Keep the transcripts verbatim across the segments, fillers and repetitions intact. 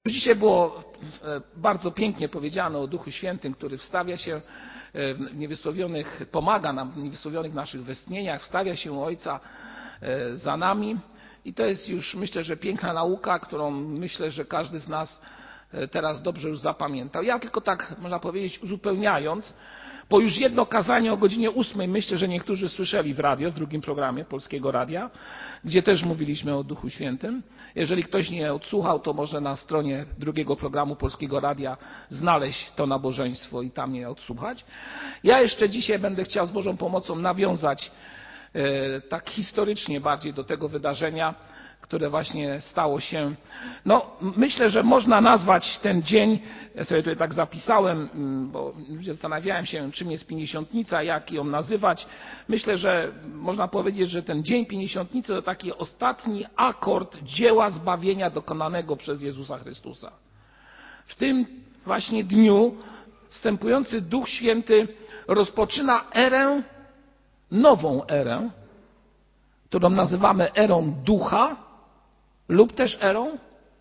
Dzisiaj było bardzo pięknie powiedziane o Duchu Świętym, który wstawia się w niewysłowionych, pomaga nam w niewysłowionych naszych westchnieniach, wstawia się u Ojca za nami. I to jest już, myślę, że piękna nauka, którą myślę, że każdy z nas teraz dobrze już zapamiętał. Ja tylko tak, można powiedzieć, uzupełniając, bo już jedno kazanie o godzinie ósmej, myślę, że niektórzy słyszeli w radio, w drugim programie Polskiego Radia, gdzie też mówiliśmy o Duchu Świętym. Jeżeli ktoś nie odsłuchał, to może na stronie drugiego programu Polskiego Radia znaleźć to nabożeństwo i tam je odsłuchać. Ja jeszcze dzisiaj będę chciał z Bożą pomocą nawiązać e, tak historycznie bardziej do tego wydarzenia, które właśnie stało się. No, myślę, że można nazwać ten dzień, ja sobie tutaj tak zapisałem, bo zastanawiałem się, czym jest Pięćdziesiątnica, jak ją nazywać. Myślę, że można powiedzieć, że ten dzień Pięćdziesiątnicy to taki ostatni akord dzieła zbawienia dokonanego przez Jezusa Chrystusa. W tym właśnie dniu wstępujący Duch Święty rozpoczyna erę, nową erę, którą nazywamy erą Ducha, lub też erą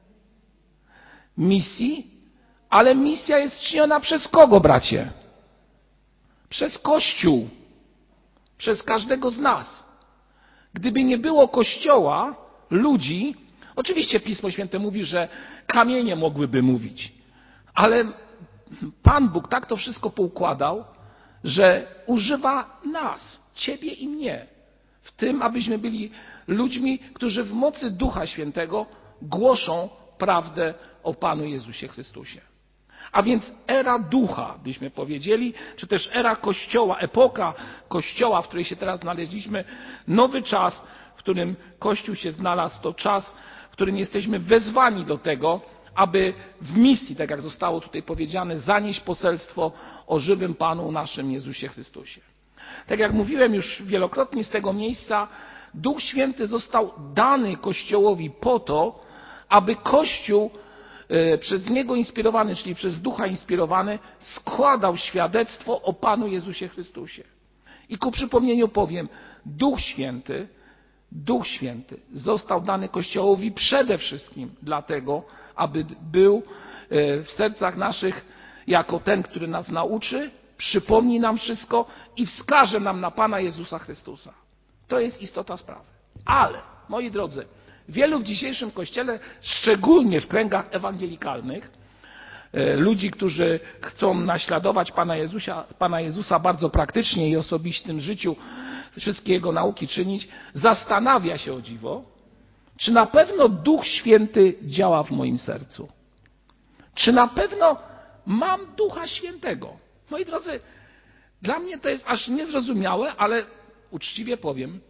misji, ale misja jest czyniona przez kogo, bracie? Przez Kościół, przez każdego z nas. Gdyby nie było Kościoła, ludzi, oczywiście Pismo Święte mówi, że kamienie mogłyby mówić, ale Pan Bóg tak to wszystko poukładał, że używa nas, ciebie i mnie, w tym, abyśmy byli ludźmi, którzy w mocy Ducha Świętego głoszą prawdę o Panu Jezusie Chrystusie. A więc era Ducha, byśmy powiedzieli, czy też era Kościoła, epoka Kościoła, w której się teraz znaleźliśmy, nowy czas, w którym Kościół się znalazł, to czas, w którym jesteśmy wezwani do tego, aby w misji, tak jak zostało tutaj powiedziane, zanieść poselstwo o żywym Panu naszym Jezusie Chrystusie. Tak jak mówiłem już wielokrotnie z tego miejsca, Duch Święty został dany Kościołowi po to, aby Kościół przez Niego inspirowany, czyli przez Ducha inspirowany, składał świadectwo o Panu Jezusie Chrystusie. I ku przypomnieniu powiem, Duch Święty, Duch Święty został dany Kościołowi przede wszystkim dlatego, aby był w sercach naszych jako ten, który nas nauczy, przypomni nam wszystko i wskaże nam na Pana Jezusa Chrystusa. To jest istota sprawy. Ale, moi drodzy, wielu w dzisiejszym Kościele, szczególnie w kręgach ewangelikalnych, ludzi, którzy chcą naśladować Pana Jezusa, Pana Jezusa bardzo praktycznie i osobistym życiu, wszystkie Jego nauki czynić, zastanawia się, o dziwo, czy na pewno Duch Święty działa w moim sercu. Czy na pewno mam Ducha Świętego. Moi drodzy, dla mnie to jest aż niezrozumiałe, ale uczciwie powiem,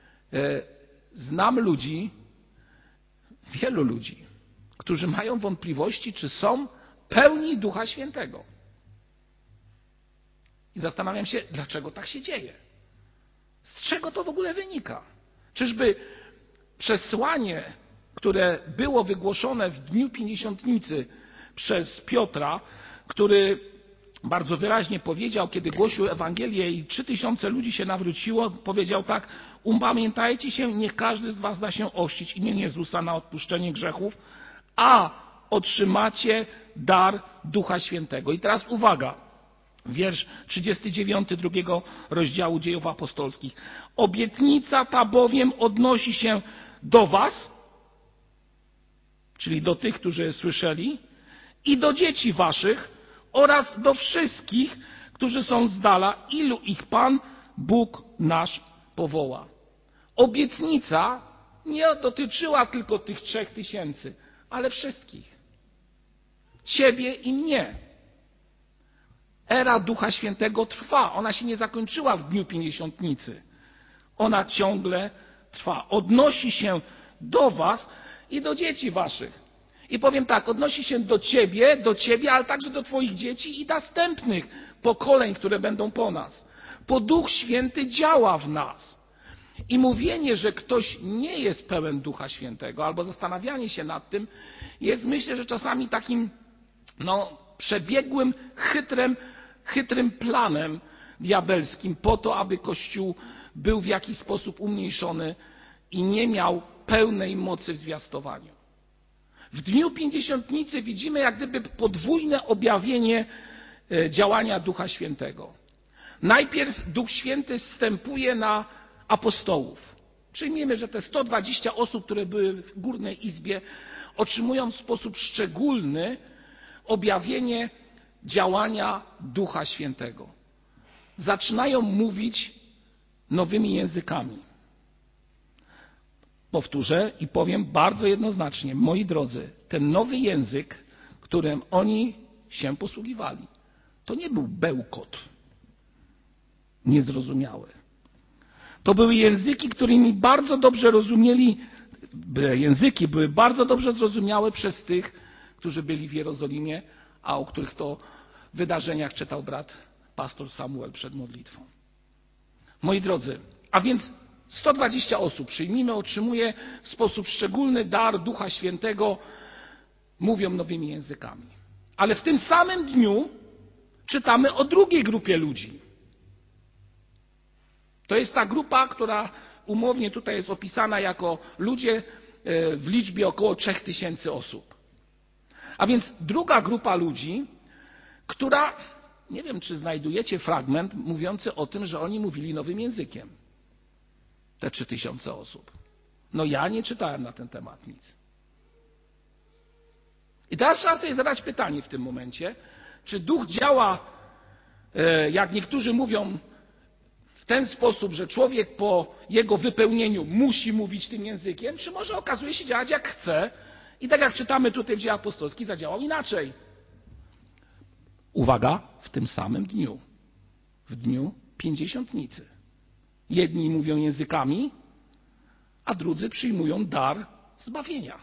znam ludzi, wielu ludzi, którzy mają wątpliwości, czy są pełni Ducha Świętego. I zastanawiam się, dlaczego tak się dzieje. Z czego to w ogóle wynika? Czyżby przesłanie, które było wygłoszone w dniu Pięćdziesiątnicy przez Piotra, który bardzo wyraźnie powiedział, kiedy głosił Ewangelię i trzy tysiące ludzi się nawróciło, powiedział tak: upamiętajcie się, niech każdy z was da się ochrzcić imię Jezusa na odpuszczenie grzechów, a otrzymacie dar Ducha Świętego. I teraz uwaga, wiersz trzydziesty dziewiąty drugiego rozdziału Dziejów Apostolskich. Obietnica ta bowiem odnosi się do was, czyli do tych, którzy słyszeli, i do dzieci waszych, oraz do wszystkich, którzy są z dala, ilu ich Pan Bóg nasz powoła. Obietnica nie dotyczyła tylko tych trzech tysięcy, ale wszystkich. Ciebie i mnie. Era Ducha Świętego trwa. Ona się nie zakończyła w dniu Pięćdziesiątnicy. Ona ciągle trwa. Odnosi się do was i do dzieci waszych. I powiem tak, odnosi się do ciebie, do ciebie, ale także do twoich dzieci i następnych pokoleń, które będą po nas. Bo Duch Święty działa w nas. I mówienie, że ktoś nie jest pełen Ducha Świętego, albo zastanawianie się nad tym, jest, myślę, że czasami takim no, przebiegłym, chytrym, chytrym planem diabelskim po to, aby Kościół był w jakiś sposób umniejszony i nie miał pełnej mocy w zwiastowaniu. W dniu Pięćdziesiątnicy widzimy jak gdyby podwójne objawienie działania Ducha Świętego. Najpierw Duch Święty zstępuje na apostołów. Przyjmijmy, że te sto dwadzieścia osób, które były w Górnej Izbie, otrzymują w sposób szczególny objawienie działania Ducha Świętego. Zaczynają mówić nowymi językami. Powtórzę i powiem bardzo jednoznacznie, moi drodzy, ten nowy język, którym oni się posługiwali, to nie był bełkot niezrozumiały. To były języki, którymi bardzo dobrze rozumieli, języki były bardzo dobrze zrozumiałe przez tych, którzy byli w Jerozolimie, a o których to wydarzeniach czytał brat pastor Samuel przed modlitwą. Moi drodzy, a więc sto dwadzieścia osób, przyjmijmy, otrzymuje w sposób szczególny dar Ducha Świętego, mówią nowymi językami. Ale w tym samym dniu czytamy o drugiej grupie ludzi. To jest ta grupa, która umownie tutaj jest opisana jako ludzie w liczbie około trzech tysięcy osób. A więc druga grupa ludzi, która, nie wiem czy znajdujecie fragment mówiący o tym, że oni mówili nowym językiem. Te trzy tysiące osób. No ja nie czytałem na ten temat nic. I teraz trzeba sobie zadać pytanie w tym momencie, czy Duch działa, jak niektórzy mówią, w ten sposób, że człowiek po jego wypełnieniu musi mówić tym językiem, czy może okazuje się działać jak chce i tak jak czytamy tutaj w Dziejach Apostolskich, zadziałał inaczej. Uwaga, w tym samym dniu, w dniu Pięćdziesiątnicy. Jedni mówią językami, a drudzy przyjmują dar zbawienia.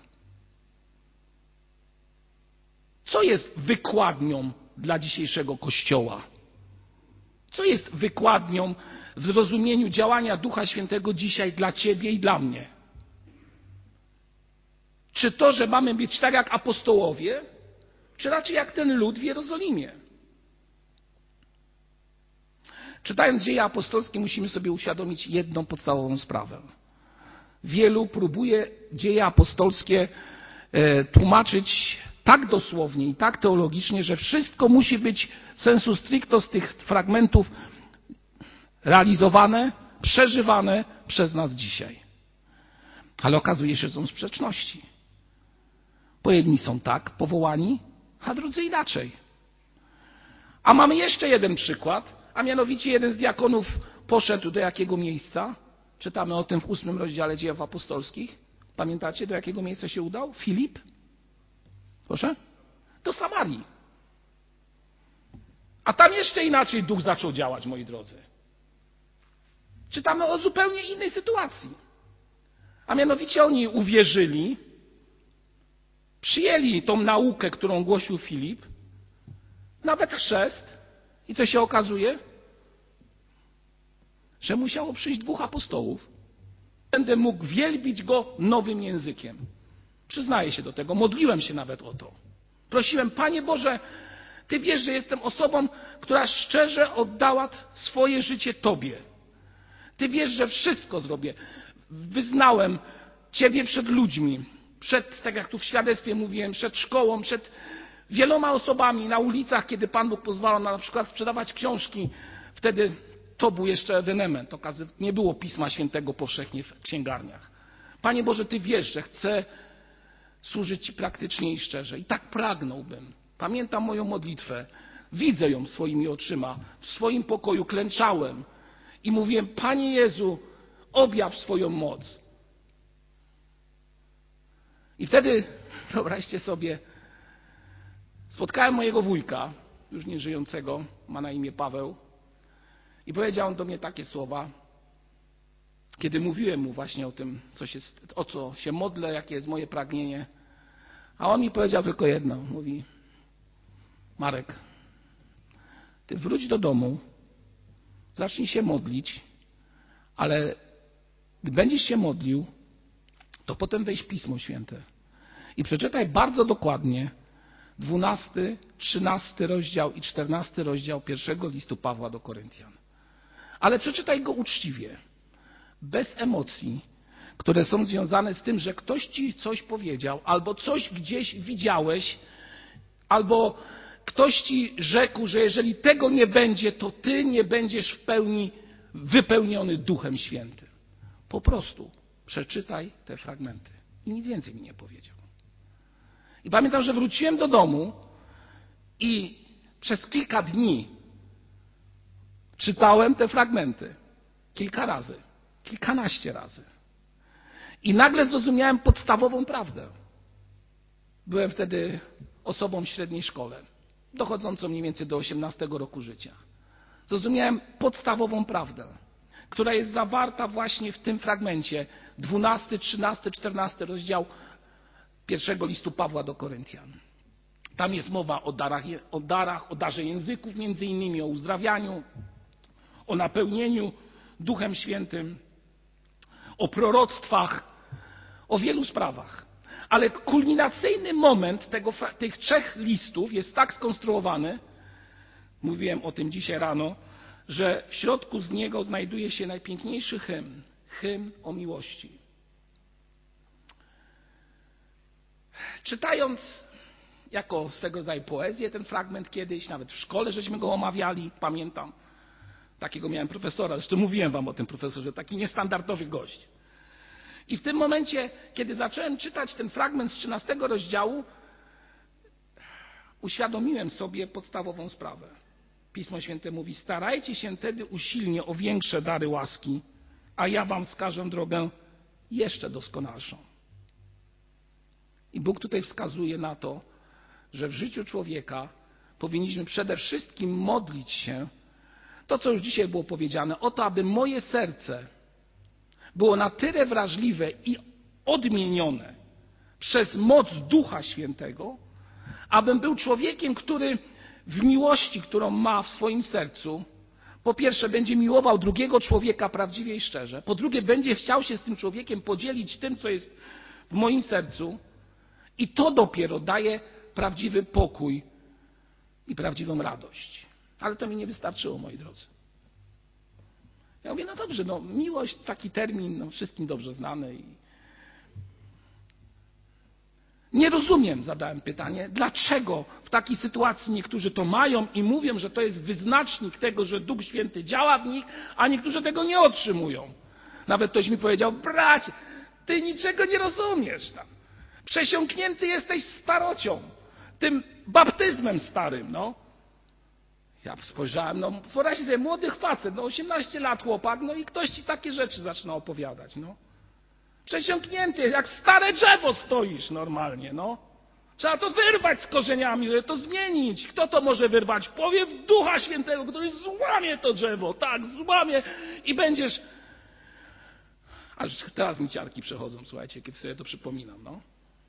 Co jest wykładnią dla dzisiejszego Kościoła? Co jest wykładnią w zrozumieniu działania Ducha Świętego dzisiaj dla ciebie i dla mnie? Czy to, że mamy być tak jak apostołowie, czy raczej jak ten lud w Jerozolimie? Czytając Dzieje Apostolskie musimy sobie uświadomić jedną podstawową sprawę. Wielu próbuje Dzieje Apostolskie tłumaczyć tak dosłownie i tak teologicznie, że wszystko musi być sensu stricto z tych fragmentów realizowane, przeżywane przez nas dzisiaj. Ale okazuje się, że są sprzeczności. Bo jedni są tak powołani, a drudzy inaczej. A mamy jeszcze jeden przykład, a mianowicie jeden z diakonów poszedł do jakiego miejsca? Czytamy o tym w ósmym rozdziale Dziejów Apostolskich. Pamiętacie, do jakiego miejsca się udał? Filip? Proszę? Do Samarii. A tam jeszcze inaczej Duch zaczął działać, moi drodzy. Czytamy o zupełnie innej sytuacji. A mianowicie oni uwierzyli, przyjęli tą naukę, którą głosił Filip, nawet chrzest. I co się okazuje? Że musiało przyjść dwóch apostołów. Będę mógł wielbić go nowym językiem. Przyznaję się do tego, modliłem się nawet o to. Prosiłem, Panie Boże, Ty wiesz, że jestem osobą, która szczerze oddała swoje życie Tobie. Ty wiesz, że wszystko zrobię. Wyznałem Ciebie przed ludźmi, przed, tak jak tu w świadectwie mówiłem, przed szkołą, przed wieloma osobami na ulicach, kiedy Pan Bóg pozwalał na, na przykład sprzedawać książki. Wtedy to był jeszcze ewenement. Nie było Pisma Świętego powszechnie w księgarniach. Panie Boże, Ty wiesz, że chcę służyć Ci praktycznie i szczerze. I tak pragnąłbym. Pamiętam moją modlitwę. Widzę ją swoimi oczyma. W swoim pokoju klęczałem i mówiłem, Panie Jezu, objaw swoją moc. I wtedy, wyobraźcie sobie, spotkałem mojego wujka, już nieżyjącego, ma na imię Paweł, i powiedział on do mnie takie słowa, kiedy mówiłem mu właśnie o tym, co się, o co się modlę, jakie jest moje pragnienie. A on mi powiedział tylko jedno. Mówi, Marek, ty wróć do domu, zacznij się modlić, ale gdy będziesz się modlił, to potem weź Pismo Święte i przeczytaj bardzo dokładnie dwunasty, trzynasty rozdział i czternasty rozdział pierwszego listu Pawła do Koryntian. Ale przeczytaj go uczciwie, bez emocji, które są związane z tym, że ktoś ci coś powiedział, albo coś gdzieś widziałeś, albo ktoś ci rzekł, że jeżeli tego nie będzie, to ty nie będziesz w pełni wypełniony Duchem Świętym. Po prostu przeczytaj te fragmenty. I nic więcej mi nie powiedział. I pamiętam, że wróciłem do domu i przez kilka dni czytałem te fragmenty. Kilka razy. Kilkanaście razy. I nagle zrozumiałem podstawową prawdę. Byłem wtedy osobą w średniej szkole, dochodzącą mniej więcej do osiemnastego roku życia. Zrozumiałem podstawową prawdę, która jest zawarta właśnie w tym fragmencie, dwunasty, trzynasty, czternasty rozdział pierwszego listu Pawła do Koryntian. Tam jest mowa o darach, o darach, o darze języków między innymi, o uzdrawianiu, o napełnieniu Duchem Świętym, o proroctwach, o wielu sprawach. Ale kulminacyjny moment tego, tych trzech listów jest tak skonstruowany, mówiłem o tym dzisiaj rano, że w środku z niego znajduje się najpiękniejszy hymn, hymn o miłości. Czytając jako swego rodzaju poezję ten fragment kiedyś, nawet w szkole żeśmy go omawiali, pamiętam, takiego miałem profesora, zresztą mówiłem wam o tym profesorze, taki niestandardowy gość. I w tym momencie, kiedy zacząłem czytać ten fragment z trzynastego rozdziału, uświadomiłem sobie podstawową sprawę. Pismo Święte mówi: starajcie się tedy usilnie o większe dary łaski, a ja wam wskażę drogę jeszcze doskonalszą. I Bóg tutaj wskazuje na to, że w życiu człowieka powinniśmy przede wszystkim modlić się, to co już dzisiaj było powiedziane, o to, aby moje serce było na tyle wrażliwe i odmienione przez moc Ducha Świętego, abym był człowiekiem, który w miłości, którą ma w swoim sercu, po pierwsze będzie miłował drugiego człowieka prawdziwie i szczerze, po drugie będzie chciał się z tym człowiekiem podzielić tym, co jest w moim sercu, i to dopiero daje prawdziwy pokój i prawdziwą radość. Ale to mi nie wystarczyło, moi drodzy. Ja mówię, no dobrze, no miłość, taki termin, no wszystkim dobrze znany. I... Nie rozumiem, zadałem pytanie, dlaczego w takiej sytuacji niektórzy to mają i mówią, że to jest wyznacznik tego, że Duch Święty działa w nich, a niektórzy tego nie otrzymują. Nawet ktoś mi powiedział: bracie, ty niczego nie rozumiesz tam. Przesiąknięty jesteś starocią, tym baptyzmem starym, no. Ja spojrzałem, no wyobraźcie sobie, młody facet, no osiemnaście lat chłopak, no i ktoś ci takie rzeczy zaczyna opowiadać, no. Przesiąknięty, jak stare drzewo stoisz normalnie, no. Trzeba to wyrwać z korzeniami, żeby to zmienić. Kto to może wyrwać? Powiew Ducha Świętego, który złamie to drzewo, tak, złamie i będziesz... Aż teraz mi ciarki przechodzą, słuchajcie, kiedy sobie to przypominam, no.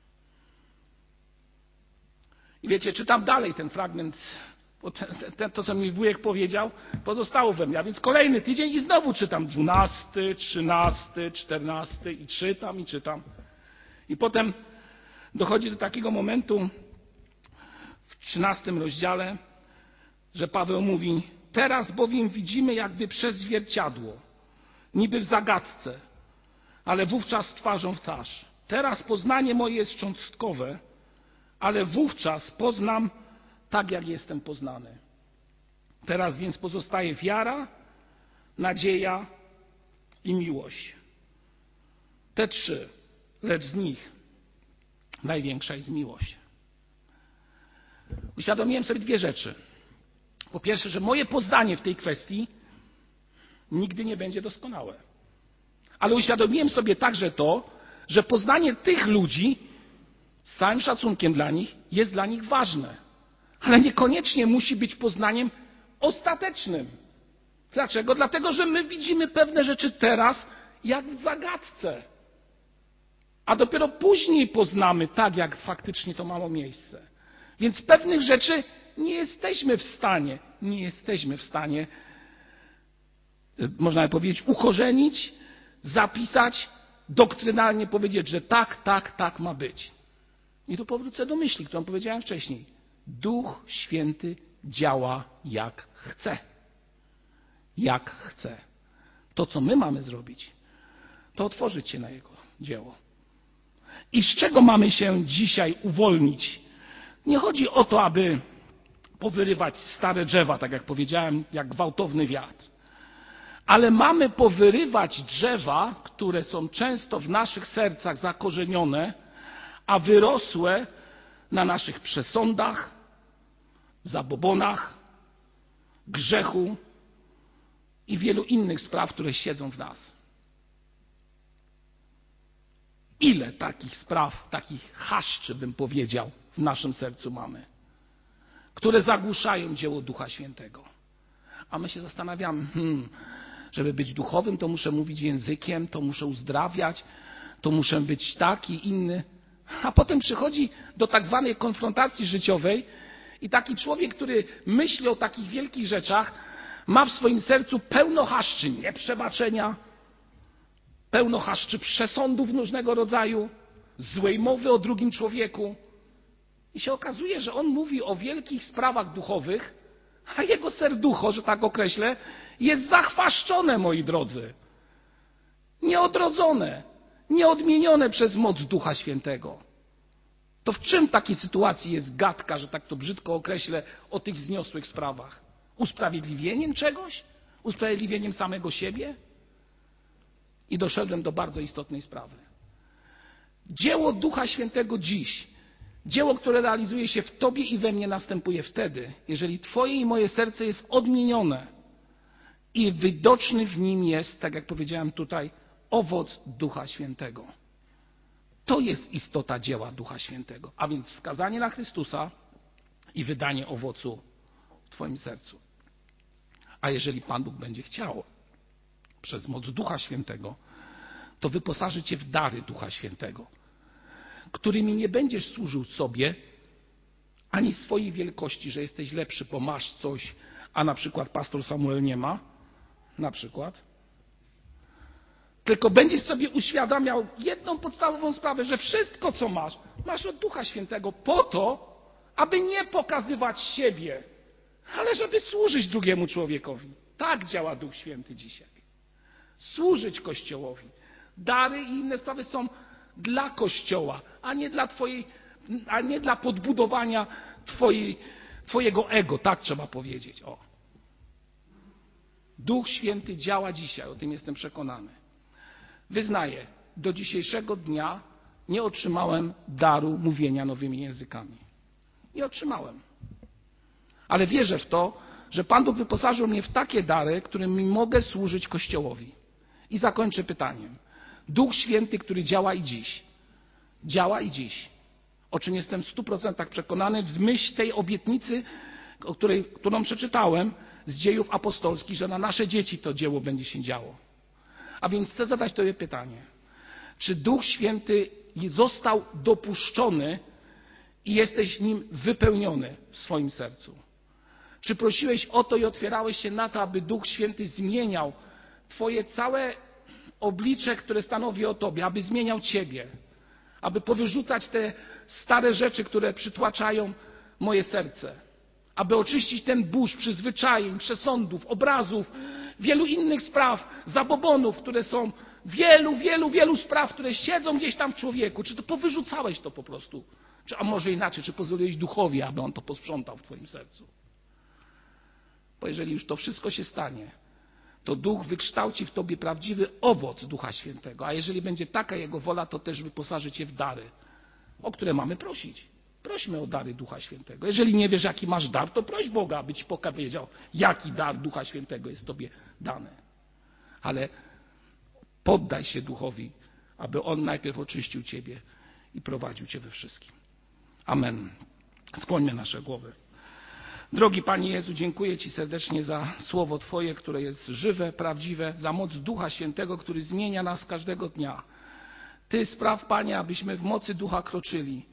I wiecie, czytam dalej ten fragment, bo ten, ten, to, co mi wujek powiedział, pozostało we mnie. A więc kolejny tydzień i znowu czytam dwunasty, trzynasty, czternasty i czytam, i czytam. I potem dochodzi do takiego momentu w trzynastym rozdziale, że Paweł mówi: teraz bowiem widzimy jakby przez zwierciadło, niby w zagadce, ale wówczas twarzą w twarz. Teraz poznanie moje jest cząstkowe, ale wówczas poznam tak, jak jestem poznany. Teraz więc pozostaje wiara, nadzieja i miłość. Te trzy, lecz z nich największa jest miłość. Uświadomiłem sobie dwie rzeczy. Po pierwsze, że moje poznanie w tej kwestii nigdy nie będzie doskonałe. Ale uświadomiłem sobie także to, że poznanie tych ludzi, z całym szacunkiem dla nich, jest dla nich ważne. Ale niekoniecznie musi być poznaniem ostatecznym. Dlaczego? Dlatego, że my widzimy pewne rzeczy teraz jak w zagadce. A dopiero później poznamy tak, jak faktycznie to mało miejsce. Więc pewnych rzeczy nie jesteśmy w stanie, nie jesteśmy w stanie, można by powiedzieć, ukorzenić, zapisać, doktrynalnie powiedzieć, że tak, tak, tak ma być. I tu powrócę do myśli, którą powiedziałem wcześniej. Duch Święty działa jak chce. Jak chce. To, co my mamy zrobić, to otworzyć się na Jego dzieło. I z czego mamy się dzisiaj uwolnić? Nie chodzi o to, aby powyrywać stare drzewa, tak jak powiedziałem, jak gwałtowny wiatr. Ale mamy powyrywać drzewa, które są często w naszych sercach zakorzenione, a wyrosłe na naszych przesądach, zabobonach, grzechu i wielu innych spraw, które siedzą w nas. Ile takich spraw, takich chaszczy, bym powiedział, w naszym sercu mamy, które zagłuszają dzieło Ducha Świętego. A my się zastanawiamy, hmm, żeby być duchowym, to muszę mówić językiem, to muszę uzdrawiać, to muszę być taki, inny. A potem przychodzi do tak zwanej konfrontacji życiowej i taki człowiek, który myśli o takich wielkich rzeczach, ma w swoim sercu pełno chaszczy nieprzebaczenia, pełno chaszczy przesądów różnego rodzaju, złej mowy o drugim człowieku. I się okazuje, że on mówi o wielkich sprawach duchowych, a jego serducho, że tak określę, jest zachwaszczone, moi drodzy. Nieodrodzone, nieodmienione przez moc Ducha Świętego. To w czym takiej sytuacji jest gadka, że tak to brzydko określę, o tych wzniosłych sprawach? Usprawiedliwieniem czegoś? Usprawiedliwieniem samego siebie? I doszedłem do bardzo istotnej sprawy. Dzieło Ducha Świętego dziś, dzieło, które realizuje się w Tobie i we mnie, następuje wtedy, jeżeli Twoje i moje serce jest odmienione i widoczny w nim jest, tak jak powiedziałem tutaj, owoc Ducha Świętego. To jest istota dzieła Ducha Świętego, a więc wskazanie na Chrystusa i wydanie owocu w Twoim sercu. A jeżeli Pan Bóg będzie chciał, przez moc Ducha Świętego, to wyposaży Cię w dary Ducha Świętego, którymi nie będziesz służył sobie, ani swojej wielkości, że jesteś lepszy, bo masz coś, a na przykład pastor Samuel nie ma, na przykład. Tylko będziesz sobie uświadamiał jedną podstawową sprawę, że wszystko, co masz, masz od Ducha Świętego po to, aby nie pokazywać siebie, ale żeby służyć drugiemu człowiekowi. Tak działa Duch Święty dzisiaj. Służyć Kościołowi. Dary i inne sprawy są dla Kościoła, a nie dla twojej, a nie dla podbudowania twojej, twojego ego, tak trzeba powiedzieć. O. Duch Święty działa dzisiaj, o tym jestem przekonany. Wyznaję, do dzisiejszego dnia nie otrzymałem daru mówienia nowymi językami. Nie otrzymałem. Ale wierzę w to, że Pan Bóg wyposażył mnie w takie dary, którymi mogę służyć Kościołowi. I zakończę pytaniem. Duch Święty, który działa i dziś. Działa i dziś. O czym jestem w stu procentach przekonany w myśl tej obietnicy, o której, którą przeczytałem z Dziejów Apostolskich, że na nasze dzieci to dzieło będzie się działo. A więc chcę zadać Tobie pytanie. Czy Duch Święty został dopuszczony i jesteś nim wypełniony w swoim sercu? Czy prosiłeś o to i otwierałeś się na to, aby Duch Święty zmieniał Twoje całe oblicze, które stanowi o Tobie, aby zmieniał Ciebie, aby powyrzucać te stare rzeczy, które przytłaczają moje serce, aby oczyścić ten burz przyzwyczajeń, przesądów, obrazów, wielu innych spraw, zabobonów, które są, wielu, wielu, wielu spraw, które siedzą gdzieś tam w człowieku. Czy to powyrzucałeś to po prostu? Czy, a może inaczej, czy pozwoliłeś Duchowi, aby On to posprzątał w Twoim sercu? Bo jeżeli już to wszystko się stanie, to Duch wykształci w Tobie prawdziwy owoc Ducha Świętego. A jeżeli będzie taka Jego wola, to też wyposaży Cię w dary, o które mamy prosić. Prośmy o dary Ducha Świętego. Jeżeli nie wiesz, jaki masz dar, to proś Boga, aby Ci powiedział, jaki dar Ducha Świętego jest Tobie dany. Ale poddaj się Duchowi, aby On najpierw oczyścił Ciebie i prowadził Cię we wszystkim. Amen. Skłońmy nasze głowy. Drogi Panie Jezu, dziękuję Ci serdecznie za słowo Twoje, które jest żywe, prawdziwe, za moc Ducha Świętego, który zmienia nas każdego dnia. Ty spraw, Panie, abyśmy w mocy Ducha kroczyli.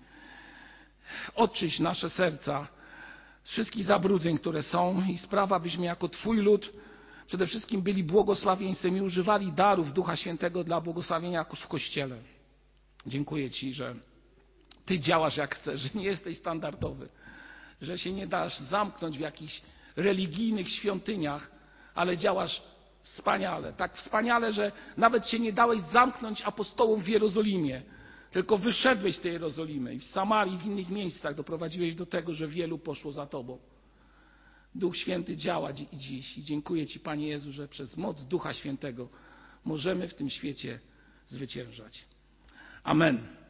Oczyść nasze serca z wszystkich zabrudzeń, które są i spraw, abyśmy jako Twój lud przede wszystkim byli błogosławieństwem i używali darów Ducha Świętego dla błogosławienia w Kościele. Dziękuję Ci, że Ty działasz jak chcesz, że nie jesteś standardowy, że się nie dasz zamknąć w jakichś religijnych świątyniach, ale działasz Wspaniale, tak wspaniale, że nawet się nie dałeś zamknąć apostołom w Jerozolimie, tylko wyszedłeś z tej Jerozolimy i w Samarii, i w innych miejscach doprowadziłeś do tego, że wielu poszło za Tobą. Duch Święty działa dziś i dziękuję Ci, Panie Jezu, że przez moc Ducha Świętego możemy w tym świecie zwyciężać. Amen.